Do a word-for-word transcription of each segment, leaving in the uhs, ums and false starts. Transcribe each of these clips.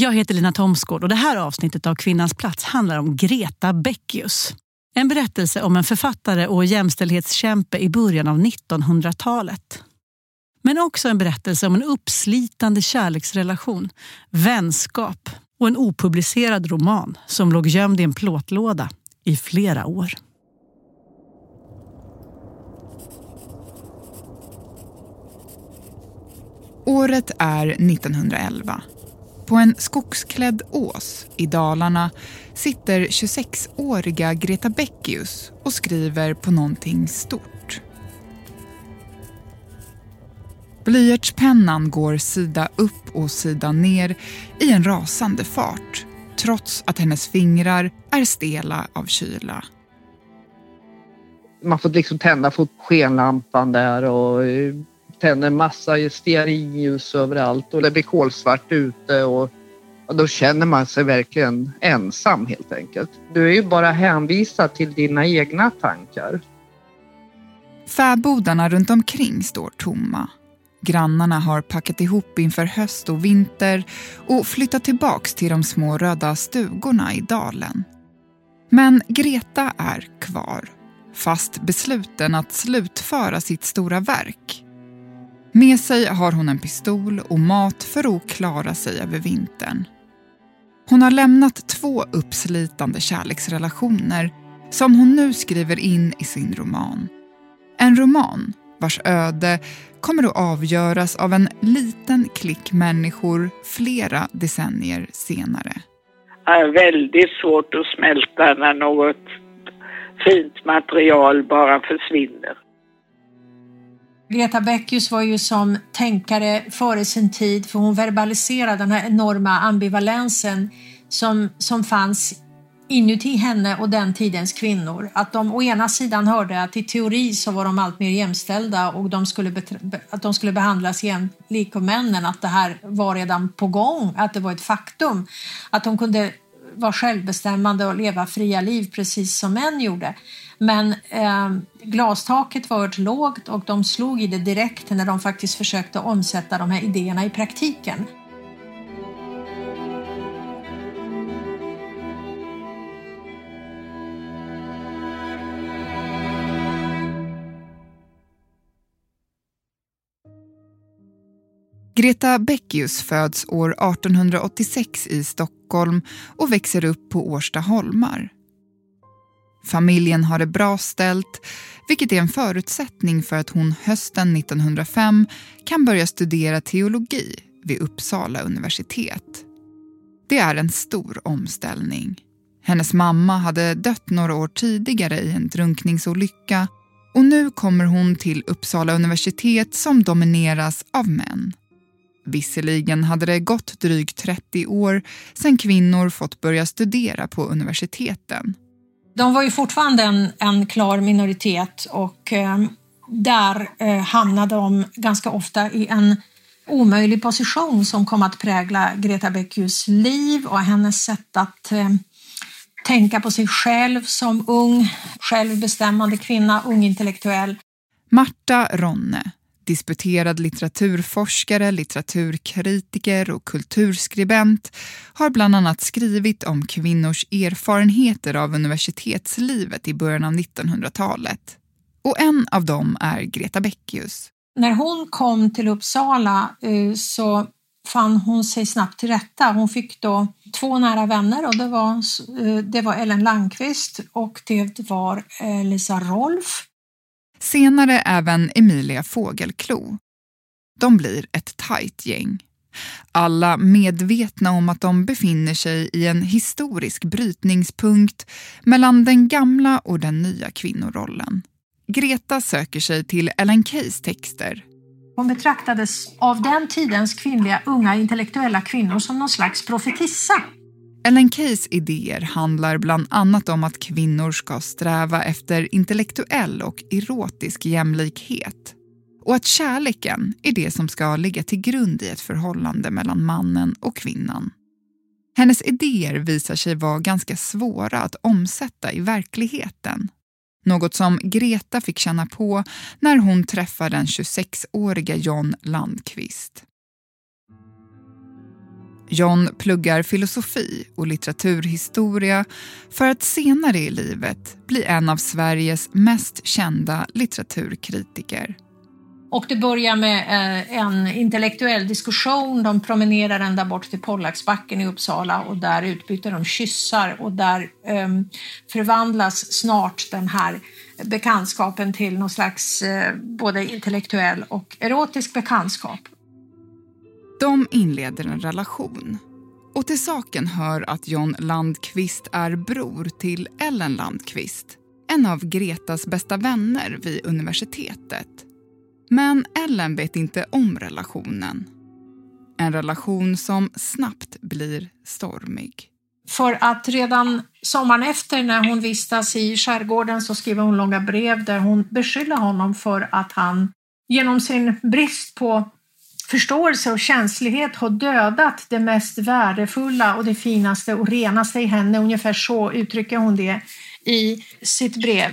Jag heter Lina Thomsgård och det här avsnittet av Kvinnans plats handlar om Greta Beckius. En berättelse om en författare och jämställdhetskämpe i början av nittonhundratalet. Men också en berättelse om en uppslitande kärleksrelation, vänskap och en opublicerad roman som låg gömd i en plåtlåda i flera år. Året är nittonhundraelva. På en skogsklädd ås i Dalarna sitter tjugosexåriga Greta Beckius och skriver på någonting stort. Blyertspennan går sida upp och sida ner i en rasande fart, trots att hennes fingrar är stela av kyla. Man får liksom tända fotogenlampan där och tänder en massa stearinljus överallt och det blir kolsvart ute och, och då känner man sig verkligen ensam helt enkelt. Du är ju bara hänvisad till dina egna tankar. Fäbodarna runt omkring står tomma. Grannarna har packat ihop inför höst och vinter och flyttat tillbaks till de små röda stugorna i dalen. Men Greta är kvar, fast besluten att slutföra sitt stora verk. Med sig har hon en pistol och mat för att klara sig över vintern. Hon har lämnat två uppslitande kärleksrelationer som hon nu skriver in i sin roman. En roman vars öde kommer att avgöras av en liten klick människor flera decennier senare. Det är väldigt svårt att smälta när något fint material bara försvinner. Greta Beckius var ju som tänkare före sin tid, för hon verbaliserade den här enorma ambivalensen som, som fanns inuti henne och den tidens kvinnor. Att de å ena sidan hörde att i teori så var de allt mer jämställda och de skulle betra- att de skulle behandlas jämlikt av männen, att det här var redan på gång, att det var ett faktum. Att de kunde vara självbestämmande och leva fria liv precis som män gjorde. Men eh, glastaket var ett lågt och de slog i det direkt när de faktiskt försökte omsätta de här idéerna i praktiken. Greta Beckius föds år artonhundraåttiosex i Stockholm och växer upp på Årstaholmar. Familjen har det bra ställt, vilket är en förutsättning för att hon hösten nittonhundrafem kan börja studera teologi vid Uppsala universitet. Det är en stor omställning. Hennes mamma hade dött några år tidigare i en drunkningsolycka och nu kommer hon till Uppsala universitet som domineras av män. Visserligen hade det gått drygt trettio år sedan kvinnor fått börja studera på universiteten. De var ju fortfarande en, en klar minoritet och eh, där eh, hamnade de ganska ofta i en omöjlig position som kom att prägla Greta Beckius liv och hennes sätt att eh, tänka på sig själv som ung, självbestämmande kvinna, ung intellektuell. Marta Ronne, disputerad litteraturforskare, litteraturkritiker och kulturskribent, har bland annat skrivit om kvinnors erfarenheter av universitetslivet i början av nittonhundratalet. Och en av dem är Greta Beckius. När hon kom till Uppsala så fann hon sig snabbt till rätta. Hon fick då två nära vänner och det var, det var Ellen Landqvist och det var Lisa Rolf. Senare även Emilia Fågelklo. De blir ett tajt gäng. Alla medvetna om att de befinner sig i en historisk brytningspunkt mellan den gamla och den nya kvinnorollen. Greta söker sig till Ellen Keys texter. Hon betraktades av den tidens kvinnliga unga intellektuella kvinnor som någon slags profetissa. Ellen Keys idéer handlar bland annat om att kvinnor ska sträva efter intellektuell och erotisk jämlikhet. Och att kärleken är det som ska ligga till grund i ett förhållande mellan mannen och kvinnan. Hennes idéer visar sig vara ganska svåra att omsätta i verkligheten. Något som Greta fick känna på när hon träffade den tjugosexåriga John Landqvist. John pluggar filosofi och litteraturhistoria för att senare i livet bli en av Sveriges mest kända litteraturkritiker. Och det börjar med eh, en intellektuell diskussion. De promenerar ända bort till Pollaxbacken i Uppsala och där utbyter de kyssar. Och där eh, förvandlas snart den här bekantskapen till någon slags eh, både intellektuell och erotisk bekantskap. De inleder en relation. Och till saken hör att John Landqvist är bror till Ellen Landqvist, en av Gretas bästa vänner vid universitetet. Men Ellen vet inte om relationen. En relation som snabbt blir stormig. För att redan sommaren efter när hon vistas i skärgården så skriver hon långa brev där hon beskyller honom för att han genom sin brist på förståelse och känslighet har dödat det mest värdefulla och det finaste och renaste i henne. Ungefär så uttrycker hon det i sitt brev.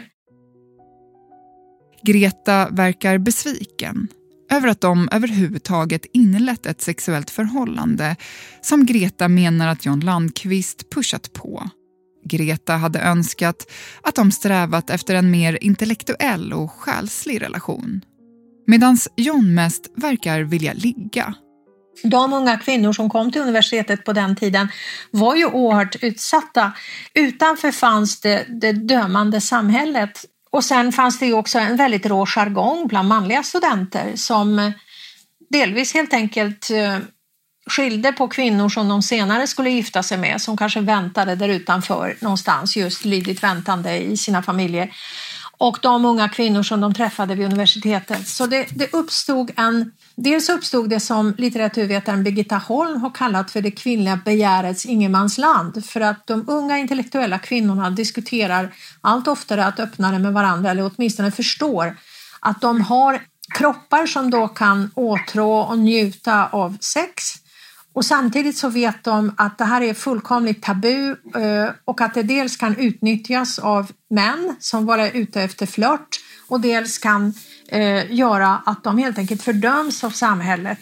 Greta verkar besviken över att de överhuvudtaget inlett ett sexuellt förhållande som Greta menar att John Landqvist pushat på. Greta hade önskat att de strävat efter en mer intellektuell och själslig relation. Medan John mest verkar vilja ligga. De unga kvinnor som kom till universitetet på den tiden var ju oerhört utsatta. Utanför fanns det, det dömande samhället. Och sen fanns det ju också en väldigt rå jargong bland manliga studenter som delvis helt enkelt skilde på kvinnor som de senare skulle gifta sig med, som kanske väntade där utanför någonstans, just lydigt väntande i sina familjer, och de unga kvinnor som de träffade vid universitetet. Så det, det uppstod en, dels uppstod det som litteraturvetaren Birgitta Holm har kallat för det kvinnliga begärets ingenmansland, för att de unga intellektuella kvinnorna diskuterar allt oftare att öppna det med varandra, eller åtminstone förstår att de har kroppar som då kan åtrå och njuta av sex. Och samtidigt så vet de att det här är fullkomligt tabu och att det dels kan utnyttjas av män som var ute efter flört och dels kan eh, göra att de helt enkelt fördöms av samhället.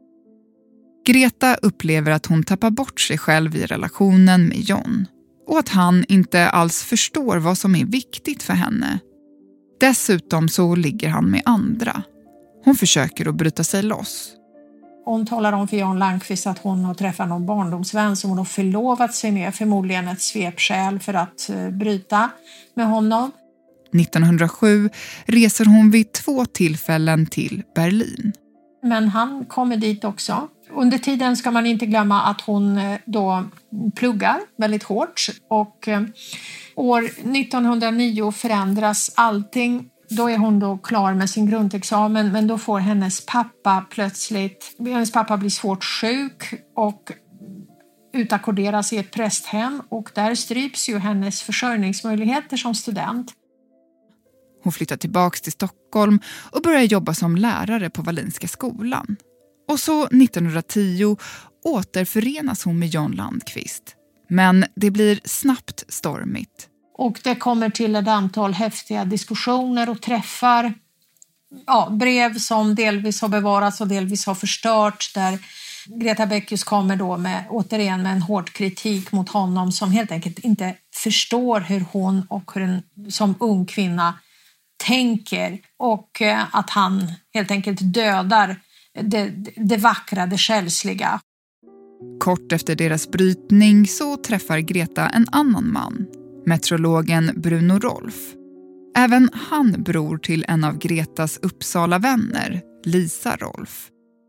Greta upplever att hon tappar bort sig själv i relationen med John och att han inte alls förstår vad som är viktigt för henne. Dessutom så ligger han med andra. Hon försöker att bryta sig loss. Hon talar om för John Landqvist att hon har träffat någon barndomsvän som hon har förlovat sig med, förmodligen ett svepskäl för att bryta med honom. nittonhundrasju reser hon vid två tillfällen till Berlin. Men han kommer dit också. Under tiden ska man inte glömma att hon då pluggar väldigt hårt och år nittonhundranio förändras allting. Då är hon då klar med sin grundexamen, men då får hennes pappa plötsligt, hennes pappa blir svårt sjuk och utakkorderas i ett prästhem, och där stryps ju hennes försörjningsmöjligheter som student. Hon flyttar tillbaka till Stockholm och börjar jobba som lärare på Wallinska skolan. Och så nittonhundratio återförenas hon med John Landqvist. Men det blir snabbt stormigt. Och det kommer till ett antal häftiga diskussioner och träffar. Ja, brev som delvis har bevarats och delvis har förstörts. Där Greta Beckius kommer då med, återigen med en hård kritik mot honom som helt enkelt inte förstår hur hon och hur en som ung kvinna tänker. Och att han helt enkelt dödar det, det vackra, det själsliga. Kort efter deras brytning så träffar Greta en annan man. Meteorologen Bruno Rolf. Även han bror till en av Gretas Uppsala vänner, Lisa Rolf.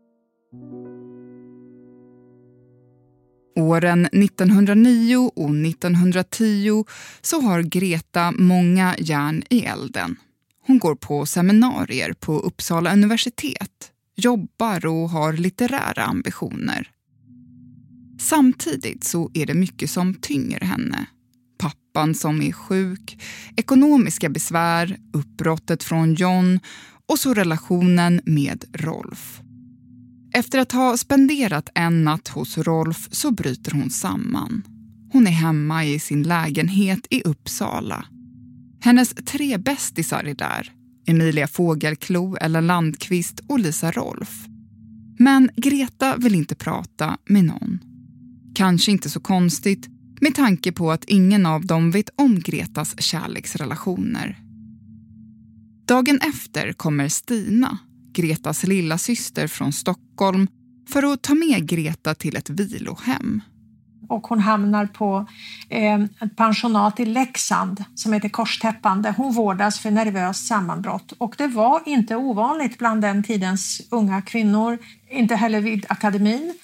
Åren nittonhundranio och nittonhundratio så har Greta många järn i elden. Hon går på seminarier på Uppsala universitet, jobbar och har litterära ambitioner. Samtidigt så är det mycket som tynger henne. Pappan som är sjuk, ekonomiska besvär, uppbrottet från John och så relationen med Rolf. Efter att ha spenderat en natt hos Rolf så bryter hon samman. Hon är hemma i sin lägenhet i Uppsala. Hennes tre bästisar är där. Emilia Fågelklo, Ellen Landqvist och Lisa Rolf. Men Greta vill inte prata med någon. Kanske inte så konstigt med tanke på att ingen av dem vet om Gretas kärleksrelationer. Dagen efter kommer Stina, Gretas lilla syster från Stockholm, för att ta med Greta till ett vilohem. Och hon hamnar på eh, ett pensionat i Leksand som heter Korstäppan, där hon vårdas för nervöst sammanbrott. Och det var inte ovanligt bland den tidens unga kvinnor, inte heller vid akademin.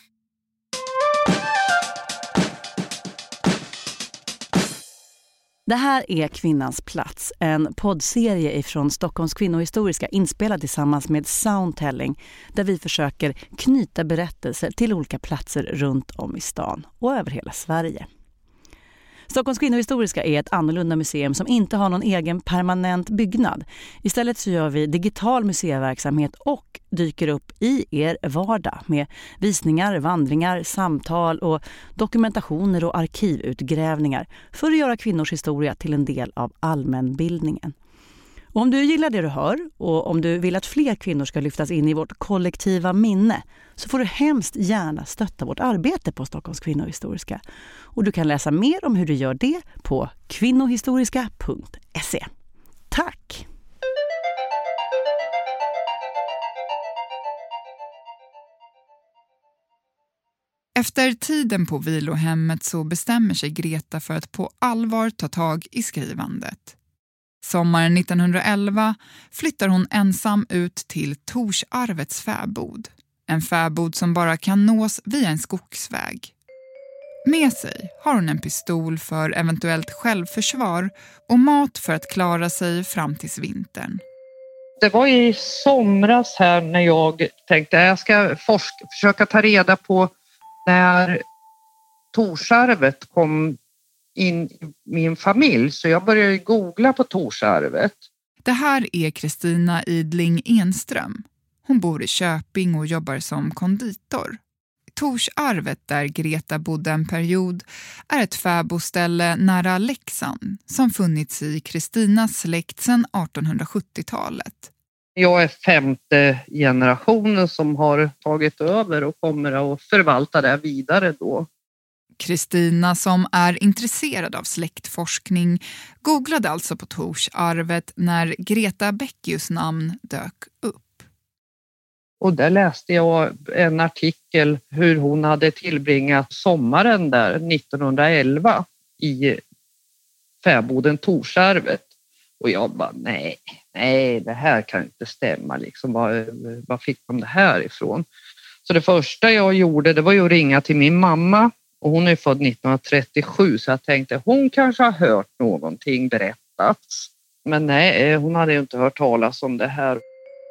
Det här är Kvinnans plats, en poddserie ifrån Stockholms kvinnohistoriska inspelad tillsammans med Soundtelling, där vi försöker knyta berättelser till olika platser runt om i stan och över hela Sverige. Stockholms kvinnohistoriska är ett annorlunda museum som inte har någon egen permanent byggnad. Istället så gör vi digital museiverksamhet och dyker upp i er vardag med visningar, vandringar, samtal och dokumentationer och arkivutgrävningar för att göra kvinnors historia till en del av allmänbildningen. Och om du gillar det du hör och om du vill att fler kvinnor ska lyftas in i vårt kollektiva minne, så får du hemskt gärna stötta vårt arbete på Stockholms kvinnohistoriska. Och du kan läsa mer om hur du gör det på kvinnohistoriska punkt se. Tack! Efter tiden på vilohemmet så bestämmer sig Greta för att på allvar ta tag i skrivandet. Sommaren nittonhundraelva flyttar hon ensam ut till Torsarvets fäbod. En fäbod som bara kan nås via en skogsväg. Med sig har hon en pistol för eventuellt självförsvar och mat för att klara sig fram till vintern. Det var i somras här när jag tänkte att jag ska forska, försöka ta reda på när Torsarvet kom in i min familj. Så jag började googla på Torsarvet. Det här är Kristina Idling Enström. Hon bor i Köping och jobbar som konditor. Torsarvet, där Greta bodde en period, är ett fäboställe nära Leksand som funnits i Kristinas släkt sedan artonhundrasjuttiotalet. Jag är femte generationen som har tagit över och kommer att förvalta det vidare då. Kristina, som är intresserad av släktforskning, googlade alltså på Torsarvet när Greta Bäckjus namn dök upp. Och där läste jag en artikel hur hon hade tillbringat sommaren där nittonhundraelva i fäboden Torsarvet. Och jag bara, nej, nej, det här kan inte stämma. Liksom, var, var fick de det här ifrån? Så det första jag gjorde, det var ju att ringa till min mamma. Och hon är född nittonhundratrettiosju, så jag tänkte hon kanske har hört någonting berättats. Men nej, hon hade ju inte hört talas om det här.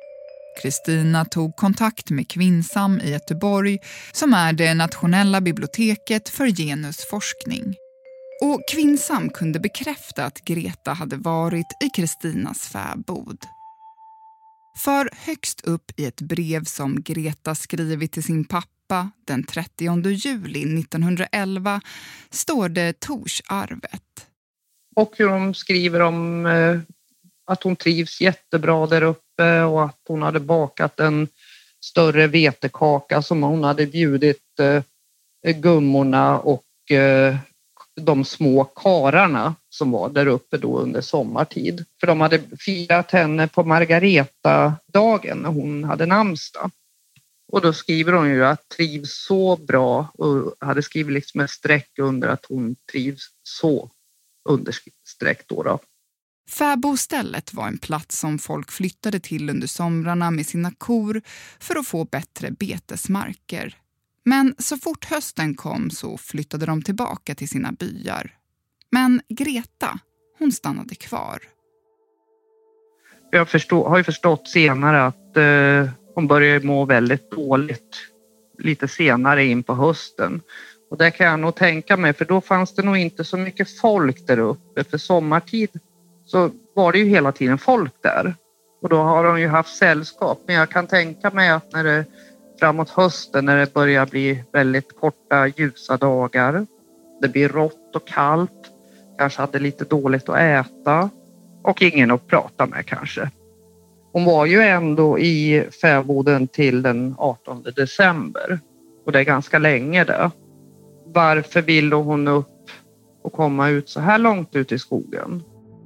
Kristina tog kontakt med Kvinnsam i Göteborg, som är det nationella biblioteket för genusforskning. Och Kvinnsam kunde bekräfta att Greta hade varit i Kristinas fäbod. För högst upp i ett brev som Greta skrivit till sin pappa den trettionde juli nittonhundraelva står det Torsarvet. Och hur de skriver om eh, att hon trivs jättebra där uppe och att hon hade bakat en större vetekaka som hon hade bjudit eh, gummorna och eh, de små kararna som var där uppe då under sommartid. För de hade firat henne på Margareta-dagen när hon hade namnsdag. Och då skriver hon ju att trivs så bra och hade skrivit liksom ett streck under att hon trivs så understreck då då. Fäbostället var en plats som folk flyttade till under somrarna med sina kor för att få bättre betesmarker. Men så fort hösten kom så flyttade de tillbaka till sina byar. Men Greta, hon stannade kvar. Jag förstå, har ju förstått senare att eh, hon började må väldigt dåligt lite senare in på hösten. Och det kan jag nog tänka mig, för då fanns det nog inte så mycket folk där uppe. För sommartid så var det ju hela tiden folk där. Och då har de ju haft sällskap. Men jag kan tänka mig att när det framåt hösten, när det börjar bli väldigt korta ljusa dagar, det blir rått och kallt, kanske hade lite dåligt att äta och ingen att prata med kanske. Hon var ju ändå i fäboden till den artonde december och det är ganska länge där. varför vill hon upp och komma ut så här långt ut i skogen?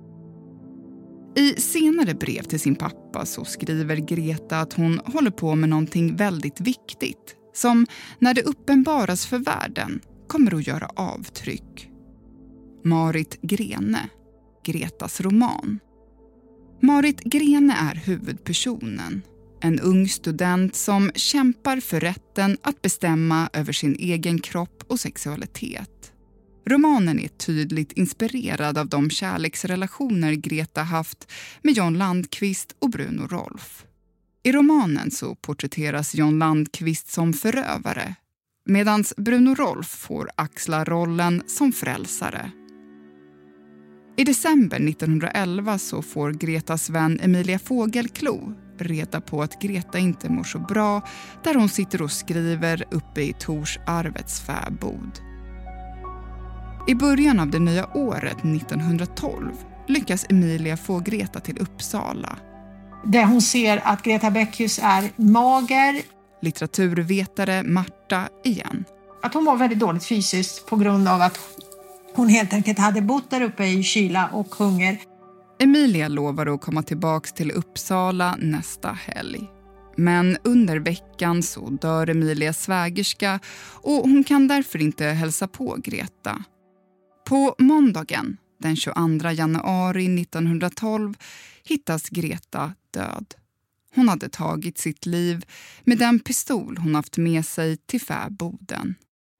I senare brev till sin pappa så skriver Greta att hon håller på med någonting väldigt viktigt som när det uppenbaras för världen kommer att göra avtryck. Marit Grene, Gretas roman. Marit Grene är huvudpersonen. En ung student som kämpar för rätten att bestämma över sin egen kropp och sexualitet. Romanen är tydligt inspirerad av de kärleksrelationer Greta haft med John Landqvist och Bruno Rolf. I romanen så porträtteras John Landqvist som förövare, medan Bruno Rolf får axla rollen som frälsare. I december nittonhundraelva så får Gretas vän Emilia Fågelklo reda på att Greta inte mår så bra där hon sitter och skriver uppe i Tors Arvets fäbod. I början av det nya året nittonhundratolv lyckas Emilia få Greta till Uppsala. Där hon ser att Greta Beckius är mager. Litteraturvetare Marta igen. Att hon var väldigt dåligt fysiskt på grund av att hon helt enkelt hade bott där uppe i kyla och hunger. Emilia lovar att komma tillbaka till Uppsala nästa helg. Men under veckan så dör Emilias svägerska och hon kan därför inte hälsa på Greta. På måndagen, den tjugoandra januari nittonhundratolv, hittas Greta död. Hon hade tagit sitt liv med den pistol hon haft med sig till fäboden.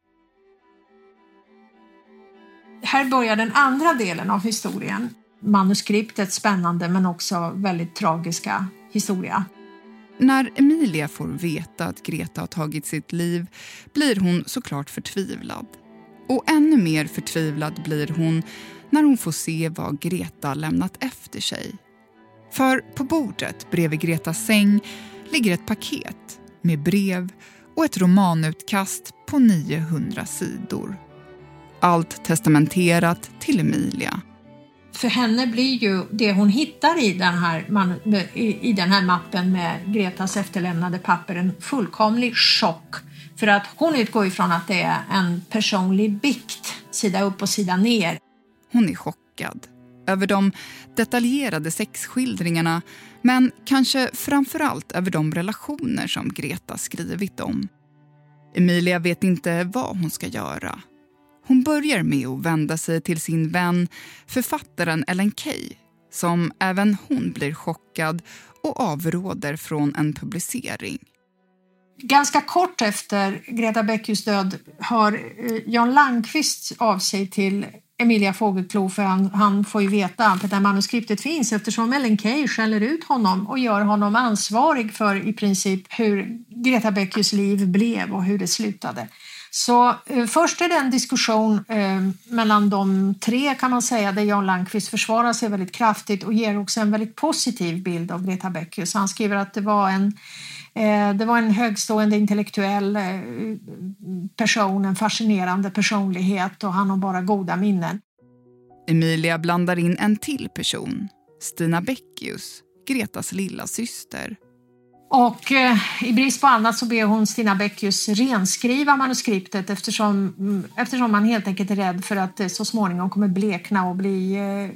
Här börjar den andra delen av historien. Manuskriptet spännande men också väldigt tragiska historia. När Emilia får veta att Greta har tagit sitt liv blir hon såklart förtvivlad. Och ännu mer förtvivlad blir hon när hon får se vad Greta lämnat efter sig. För på bordet bredvid Gretas säng ligger ett paket med brev och ett romanutkast på niohundra sidor. Allt testamenterat till Emilia. För henne blir ju det hon hittar i den här, man, i, i den här mappen med Gretas efterlämnade papper en fullkomlig chock. För att hon utgår ifrån att det är en personlig bikt, sida upp och sida ner. Hon är chockad över de detaljerade sexskildringarna, men kanske framförallt över de relationer som Greta skrivit om. Emilia vet inte vad hon ska göra. Hon börjar med att vända sig till sin vän, författaren Ellen Key, som även hon blir chockad och avråder från en publicering. Ganska kort efter Greta Beckius död hör John Landqvist av sig till Emilia Fågelklo, för han, han får ju veta att det här manuskriptet finns eftersom Ellen Key skäller ut honom och gör honom ansvarig för i princip hur Greta Beckius liv blev och hur det slutade. Så eh, först är det en diskussion eh, mellan de tre kan man säga, där John Landqvist försvarar sig väldigt kraftigt och ger också en väldigt positiv bild av Greta Beckius. Han skriver att det var en, eh, det var en högstående intellektuell eh, person, en fascinerande personlighet och han har bara goda minnen. Emilia blandar in en till person, Stina Beckius, Gretas lilla syster. Och eh, i brist på annat så ber hon Stina Beckius renskriva manuskriptet eftersom, eftersom man helt enkelt är rädd för att det så småningom kommer blekna och bli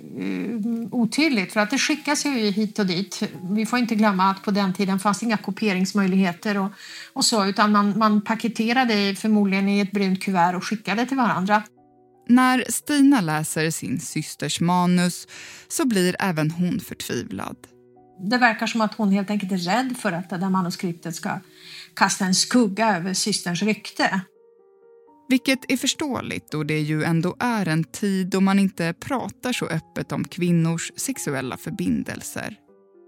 eh, otydligt. För att det skickas ju hit och dit. Vi får inte glömma att på den tiden fanns inga kopieringsmöjligheter och, och så, utan man, man paketerade förmodligen i ett brunt kuvert och skickade till varandra. När Stina läser sin systers manus så blir även hon förtvivlad. Det verkar som att hon helt enkelt är rädd för att det där manuskriptet ska kasta en skugga över systerns rykte. Vilket är förståeligt då det ju ändå är en tid då man inte pratar så öppet om kvinnors sexuella förbindelser.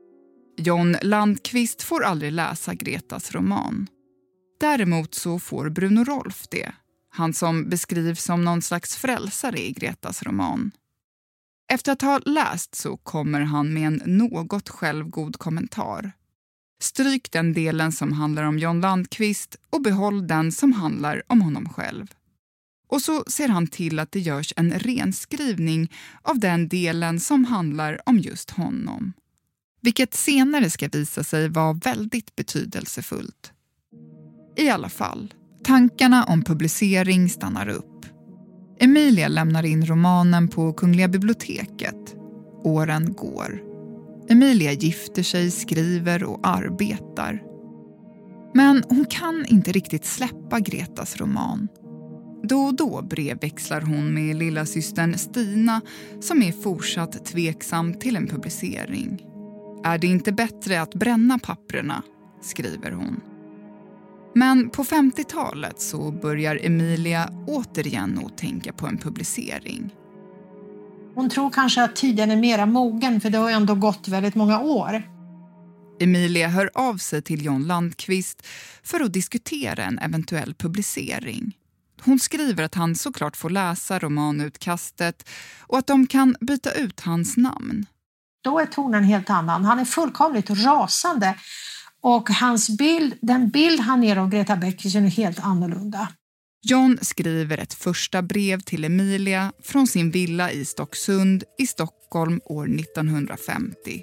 John Landqvist får aldrig läsa Gretas roman. Däremot så får Bruno Rolf det. Han som beskrivs som någon slags frälsare i Gretas roman. Efter att ha läst så kommer han med en något självgod kommentar. Stryk den delen som handlar om John Landqvist och behåll den som handlar om honom själv. Och så ser han till att det görs en renskrivning av den delen som handlar om just honom. Vilket senare ska visa sig vara väldigt betydelsefullt. I alla fall, Tankarna om publicering stannar upp. Emilia lämnar in romanen på Kungliga biblioteket. Åren går. Emilia gifter sig, skriver och arbetar. Men hon kan inte riktigt släppa Gretas roman. Då och då brevväxlar hon med lilla systern Stina som är fortsatt tveksam till en publicering. Är det inte bättre att bränna papperna, skriver hon. Men på femtiotalet så börjar Emilia återigen att tänka på en publicering. Hon tror kanske att tiden är mera mogen, för det har ju ändå gått väldigt många år. Emilia hör av sig till John Landqvist för att diskutera en eventuell publicering. Hon skriver att han såklart får läsa romanutkastet och att de kan byta ut hans namn. Då är tonen helt annan. Han är fullkomligt rasande. Och hans bild, den bild han ger av Greta Beckius är helt annorlunda. John skriver ett första brev till Emilia från sin villa i Stocksund i Stockholm år nittonhundrafemtio.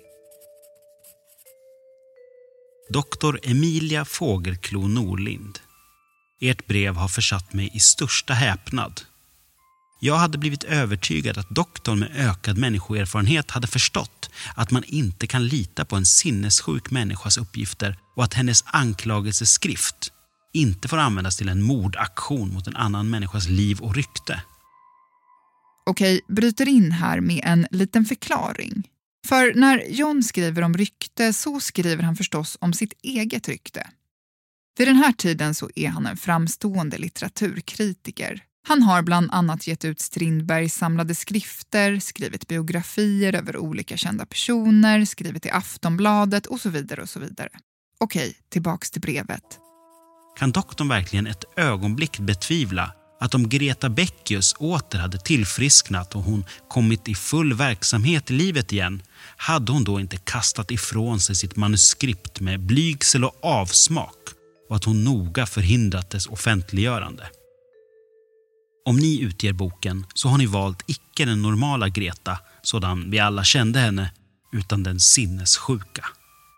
Doktor Emilia Fågelklo Norlind. Ert brev har försatt mig i största häpnad. Jag hade blivit övertygad att doktorn med ökad människoerfarenhet hade förstått att man inte kan lita på en sinnessjuk människas uppgifter och att hennes anklagelseskrift inte får användas till en mordaktion mot en annan människas liv och rykte. Okej, bryter in här med en liten förklaring. För när John skriver om rykte så skriver han förstås om sitt eget rykte. Vid den här tiden så är han en framstående litteraturkritiker. Han har bland annat gett ut Strindbergs samlade skrifter, skrivit biografier över olika kända personer, skrivit i Aftonbladet och så vidare och så vidare. Okej, tillbaks till brevet. Kan doktorn verkligen ett ögonblick betvivla att om Greta Beckius åter hade tillfrisknat och hon kommit i full verksamhet i livet igen, hade hon då inte kastat ifrån sig sitt manuskript med blygsel och avsmak och att hon noga förhindrat dess offentliggörande? Om ni utger boken så har ni valt icke den normala Greta, sådan vi alla kände henne, utan den sinnessjuka.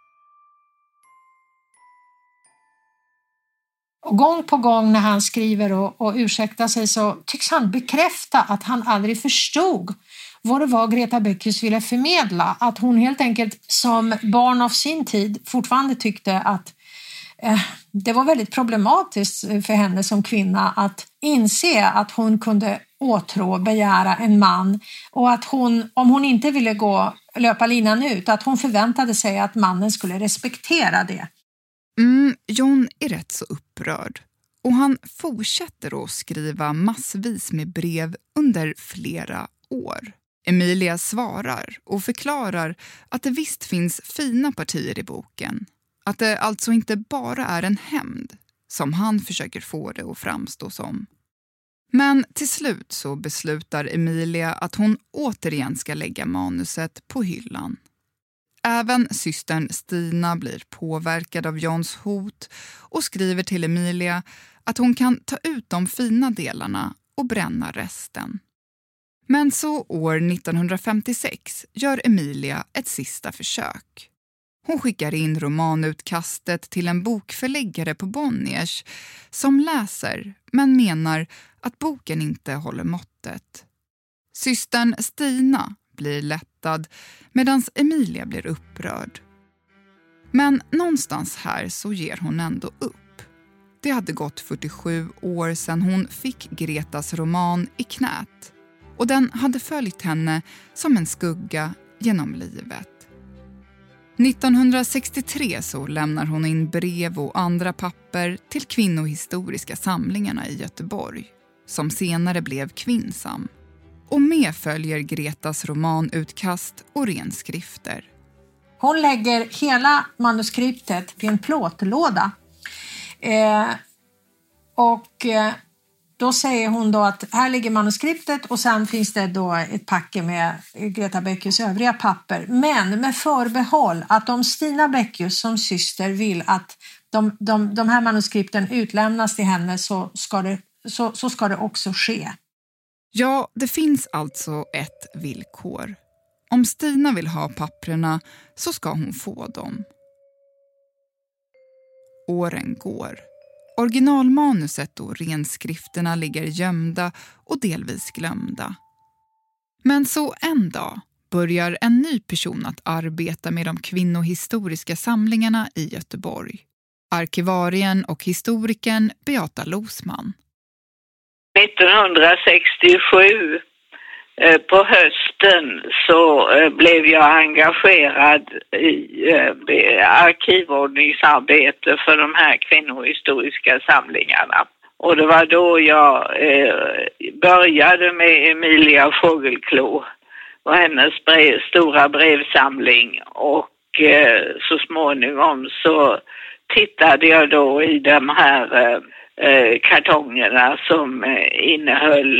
Och gång på gång när han skriver och, och ursäktar sig så tycks han bekräfta att han aldrig förstod vad det var Greta Beckius ville förmedla. Att hon helt enkelt som barn av sin tid fortfarande tyckte att eh, det var väldigt problematiskt för henne som kvinna att inse att hon kunde åtrå, begära en man och att hon, om hon inte ville gå löpa linan ut, att hon förväntade sig att mannen skulle respektera det. Mm, John är rätt så upprörd och han fortsätter att skriva massvis med brev under flera år. Emilia svarar och förklarar att det visst finns fina partier i boken. Att det alltså inte bara är en hämnd som han försöker få det att framstå som. Men till slut så beslutar Emilia att hon återigen ska lägga manuset på hyllan. Även systern Stina blir påverkad av Johns hot och skriver till Emilia att hon kan ta ut de fina delarna och bränna resten. Men så år nittonhundrafemtiosex gör Emilia ett sista försök. Hon skickar in romanutkastet till en bokförläggare på Bonniers som läser men menar att boken inte håller måttet. Systern Stina blir lättad medan Emilia blir upprörd. Men någonstans här så ger hon ändå upp. Det hade gått fyrtiosju år sedan hon fick Gretas roman i knät och den hade följt henne som en skugga genom livet. nittonhundrasextiotre så lämnar hon in brev och andra papper till kvinnohistoriska samlingarna i Göteborg, som senare blev Kvinnsam. Och med följer Gretas romanutkast och renskrifter. Hon lägger hela manuskriptet i en plåtlåda. Eh, och eh, då säger hon då att här ligger manuskriptet och sen finns det då ett packe med Greta Beckius övriga papper. Men med förbehåll att om Stina Beckius som syster vill att de, de, de här manuskripten utlämnas till henne så ska det, så, så ska det också ske. Ja, det finns alltså ett villkor. Om Stina vill ha papperna så ska hon få dem. Åren går Originalmanuset och renskrifterna ligger gömda och delvis glömda. Men så en dag börjar en ny person att arbeta med de kvinnohistoriska samlingarna i Göteborg. Arkivarien och historikern Beata Losman. nittonhundrasextiosju på hösten så blev jag engagerad i arkivordningsarbete för de här kvinnohistoriska samlingarna. Och det var då jag började med Emilia Fågelklo och hennes brev, stora brevsamling. Och så småningom så tittade jag då i de här kartongerna som innehöll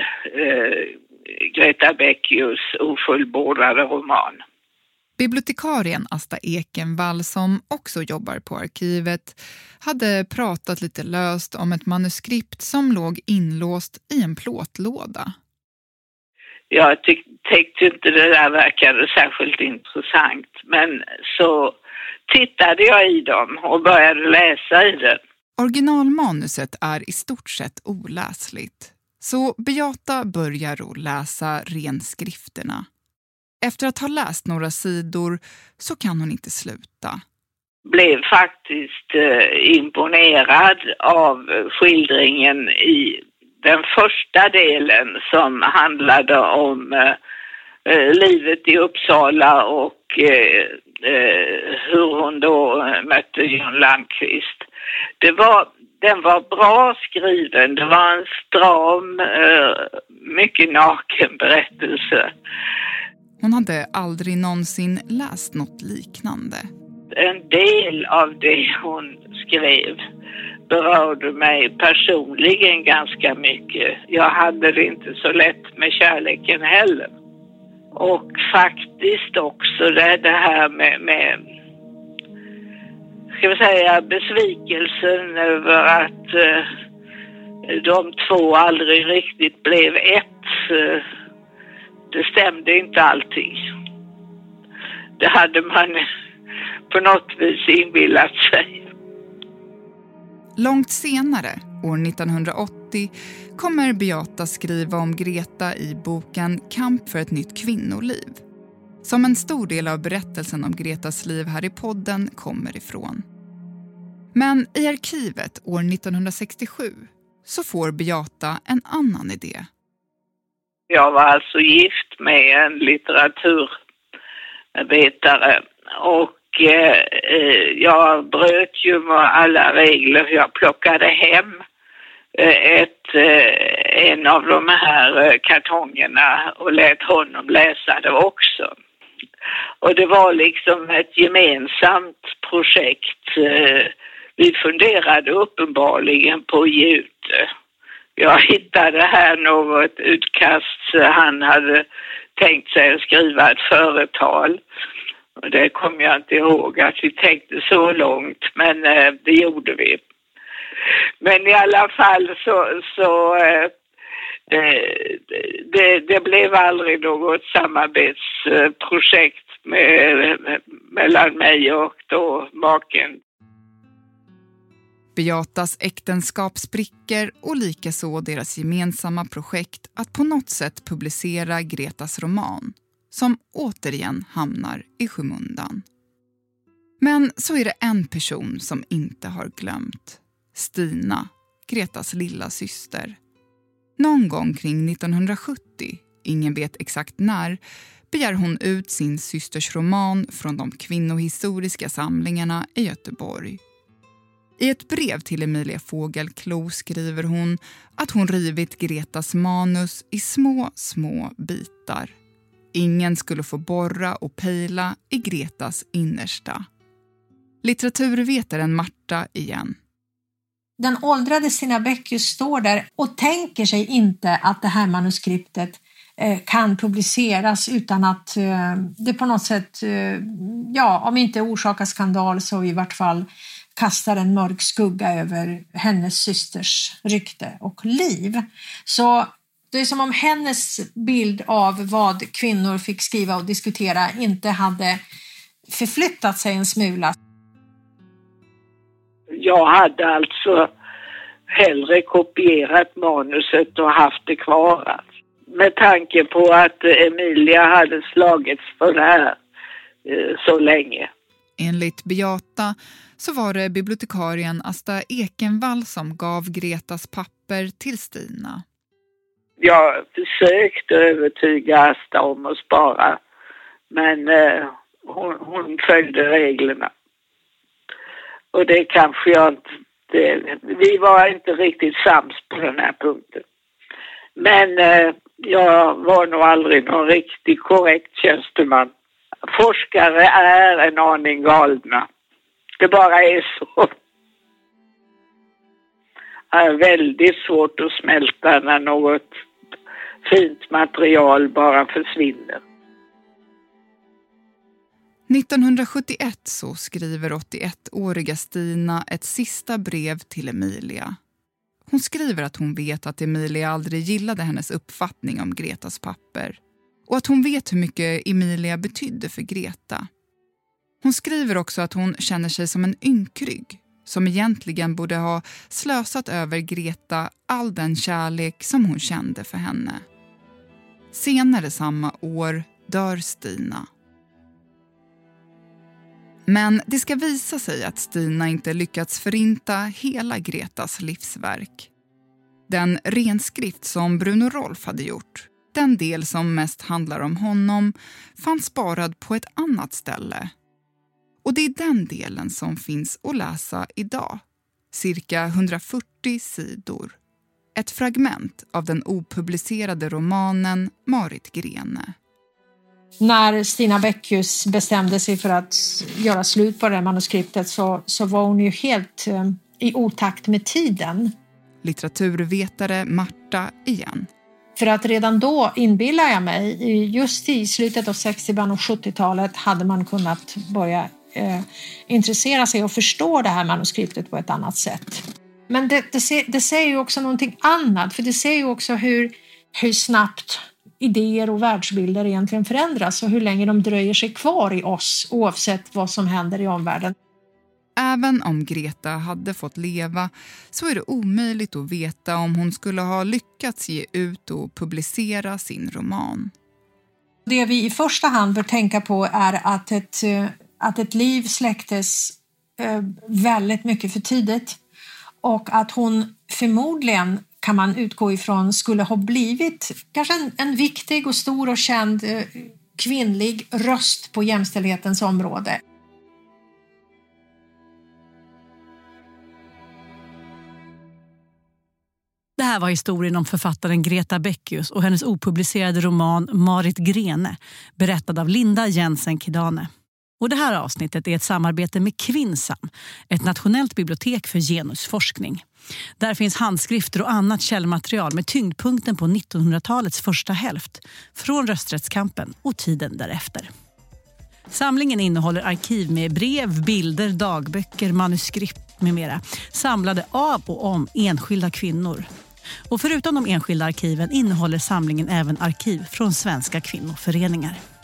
Greta Beckius ofullbordade roman. Bibliotekarien Asta Ekenvall, som också jobbar på arkivet, hade pratat lite löst om ett manuskript som låg inlåst i en plåtlåda. Jag tyck- tänkte inte det där verkade särskilt intressant, men så tittade jag i dem och började läsa i det. Originalmanuset är i stort sett oläsligt. Så Beata börjar att läsa renskrifterna. Efter att ha läst några sidor så kan hon inte sluta. Blev faktiskt eh, imponerad av skildringen i den första delen som handlade om eh, livet i Uppsala och eh, eh, hur hon då mötte John Landqvist. Det var Den var bra skriven. Det var en stram, mycket naken berättelse. Hon hade aldrig någonsin läst något liknande. En del av det hon skrev berörde mig personligen ganska mycket. Jag hade det inte så lätt med kärleken heller. Och faktiskt också det, det här med... med ska vi säga besvikelsen över att eh, de två aldrig riktigt blev ett. Eh, det stämde inte allting. Det hade man på något vis inbillat sig. Långt senare, år nittonhundraåttio, kommer Beata skriva om Greta i boken Kamp för ett nytt kvinnoliv. Som en stor del av berättelsen om Gretas liv här i podden kommer ifrån. Men i arkivet år nittonhundrasextiosju så får Beata en annan idé. Jag var alltså gift med en litteraturvetare och eh, jag bröt ju med alla regler. Jag plockade hem ett, en av de här kartongerna och lät honom läsa det också. Och det var liksom ett gemensamt projekt. Vi funderade uppenbarligen på att ge ut det. Jag hittade här något utkast. Han hade tänkt sig att skriva ett företal. Och det kommer jag inte ihåg att vi tänkte så långt, men det gjorde vi. Men i alla fall så... så Det, det, det blev aldrig något samarbetsprojekt med, mellan mig och då maken. Beatas äktenskap spricker och likaså deras gemensamma projekt att på något sätt publicera Gretas roman, som återigen hamnar i skymundan. Men så är det en person som inte har glömt. Stina, Gretas lilla syster. Någon gång kring nittonhundrasjuttio, ingen vet exakt när, begär hon ut sin systers roman från de kvinnohistoriska samlingarna i Göteborg. I ett brev till Emilia Fågelklo skriver hon att hon rivit Gretas manus i små, små bitar. Ingen skulle få borra och pejla i Gretas innersta. Litteraturvetaren Marta igen. Den åldrade Stina Beckius står där och tänker sig inte att det här manuskriptet eh, kan publiceras utan att eh, det på något sätt, eh, ja, om inte orsakar skandal så i vart fall kastar en mörk skugga över hennes systers rykte och liv. Så det är som om hennes bild av vad kvinnor fick skriva och diskutera inte hade förflyttat sig en smula. Jag hade alltså hellre kopierat manuset och haft det kvar. Med tanke på att Emilia hade slagits för det här eh, så länge. Enligt Beata så var det bibliotekarien Asta Ekenvall som gav Gretas papper till Stina. Jag försökte övertyga Asta om att spara, men eh, hon, hon följde reglerna. Och det kanske jag inte... Det, vi var inte riktigt sams på den här punkten. Men eh, jag var nog aldrig någon riktigt korrekt tjänsteman. Forskare är en aning galna. Det bara är så. Det är väldigt svårt att smälta när något fint material bara försvinner. nittonhundrasjuttioett så skriver åttioettåriga Stina ett sista brev till Emilia. Hon skriver att hon vet att Emilia aldrig gillade hennes uppfattning om Gretas papper och att hon vet hur mycket Emilia betydde för Greta. Hon skriver också att hon känner sig som en ynkrygg som egentligen borde ha slösat över Greta all den kärlek som hon kände för henne. Senare samma år dör Stina. Men det ska visa sig att Stina inte lyckats förinta hela Gretas livsverk. Den renskrift som Bruno Rolf hade gjort, den del som mest handlar om honom, fanns sparad på ett annat ställe. Och det är den delen som finns att läsa idag, cirka hundrafyrtio sidor. Ett fragment av den opublicerade romanen Marit Grene. När Stina Beckius bestämde sig för att göra slut på det här manuskriptet så, så var hon ju helt eh, i otakt med tiden. Litteraturvetare Marta igen. För att redan då inbillar jag mig, just i slutet av sextio- början av sjuttiotalet hade man kunnat börja eh, intressera sig och förstå det här manuskriptet på ett annat sätt. Men det, det, ser, det säger ju också någonting annat, för det säger ju också hur, hur snabbt idéer och världsbilder egentligen förändras och hur länge de dröjer sig kvar i oss oavsett vad som händer i omvärlden. Även om Greta hade fått leva så är det omöjligt att veta om hon skulle ha lyckats ge ut och publicera sin roman. Det vi i första hand bör tänka på är att ett, att ett liv släcktes väldigt mycket för tidigt och att hon förmodligen, kan man utgå ifrån, skulle ha blivit kanske en, en viktig och stor och känd eh, kvinnlig röst på jämställdhetens område. Det här var historien om författaren Greta Beckius och hennes opublicerade roman Marit Grene, berättad av Linda Jensen Kidane. Och det här avsnittet är ett samarbete med Kvinnsam, ett nationellt bibliotek för genusforskning. Där finns handskrifter och annat källmaterial med tyngdpunkten på nittonhundratalets första hälft, från rösträttskampen och tiden därefter. Samlingen innehåller arkiv med brev, bilder, dagböcker, manuskript med mera, samlade av och om enskilda kvinnor. Och förutom de enskilda arkiven innehåller samlingen även arkiv från svenska kvinnoföreningar.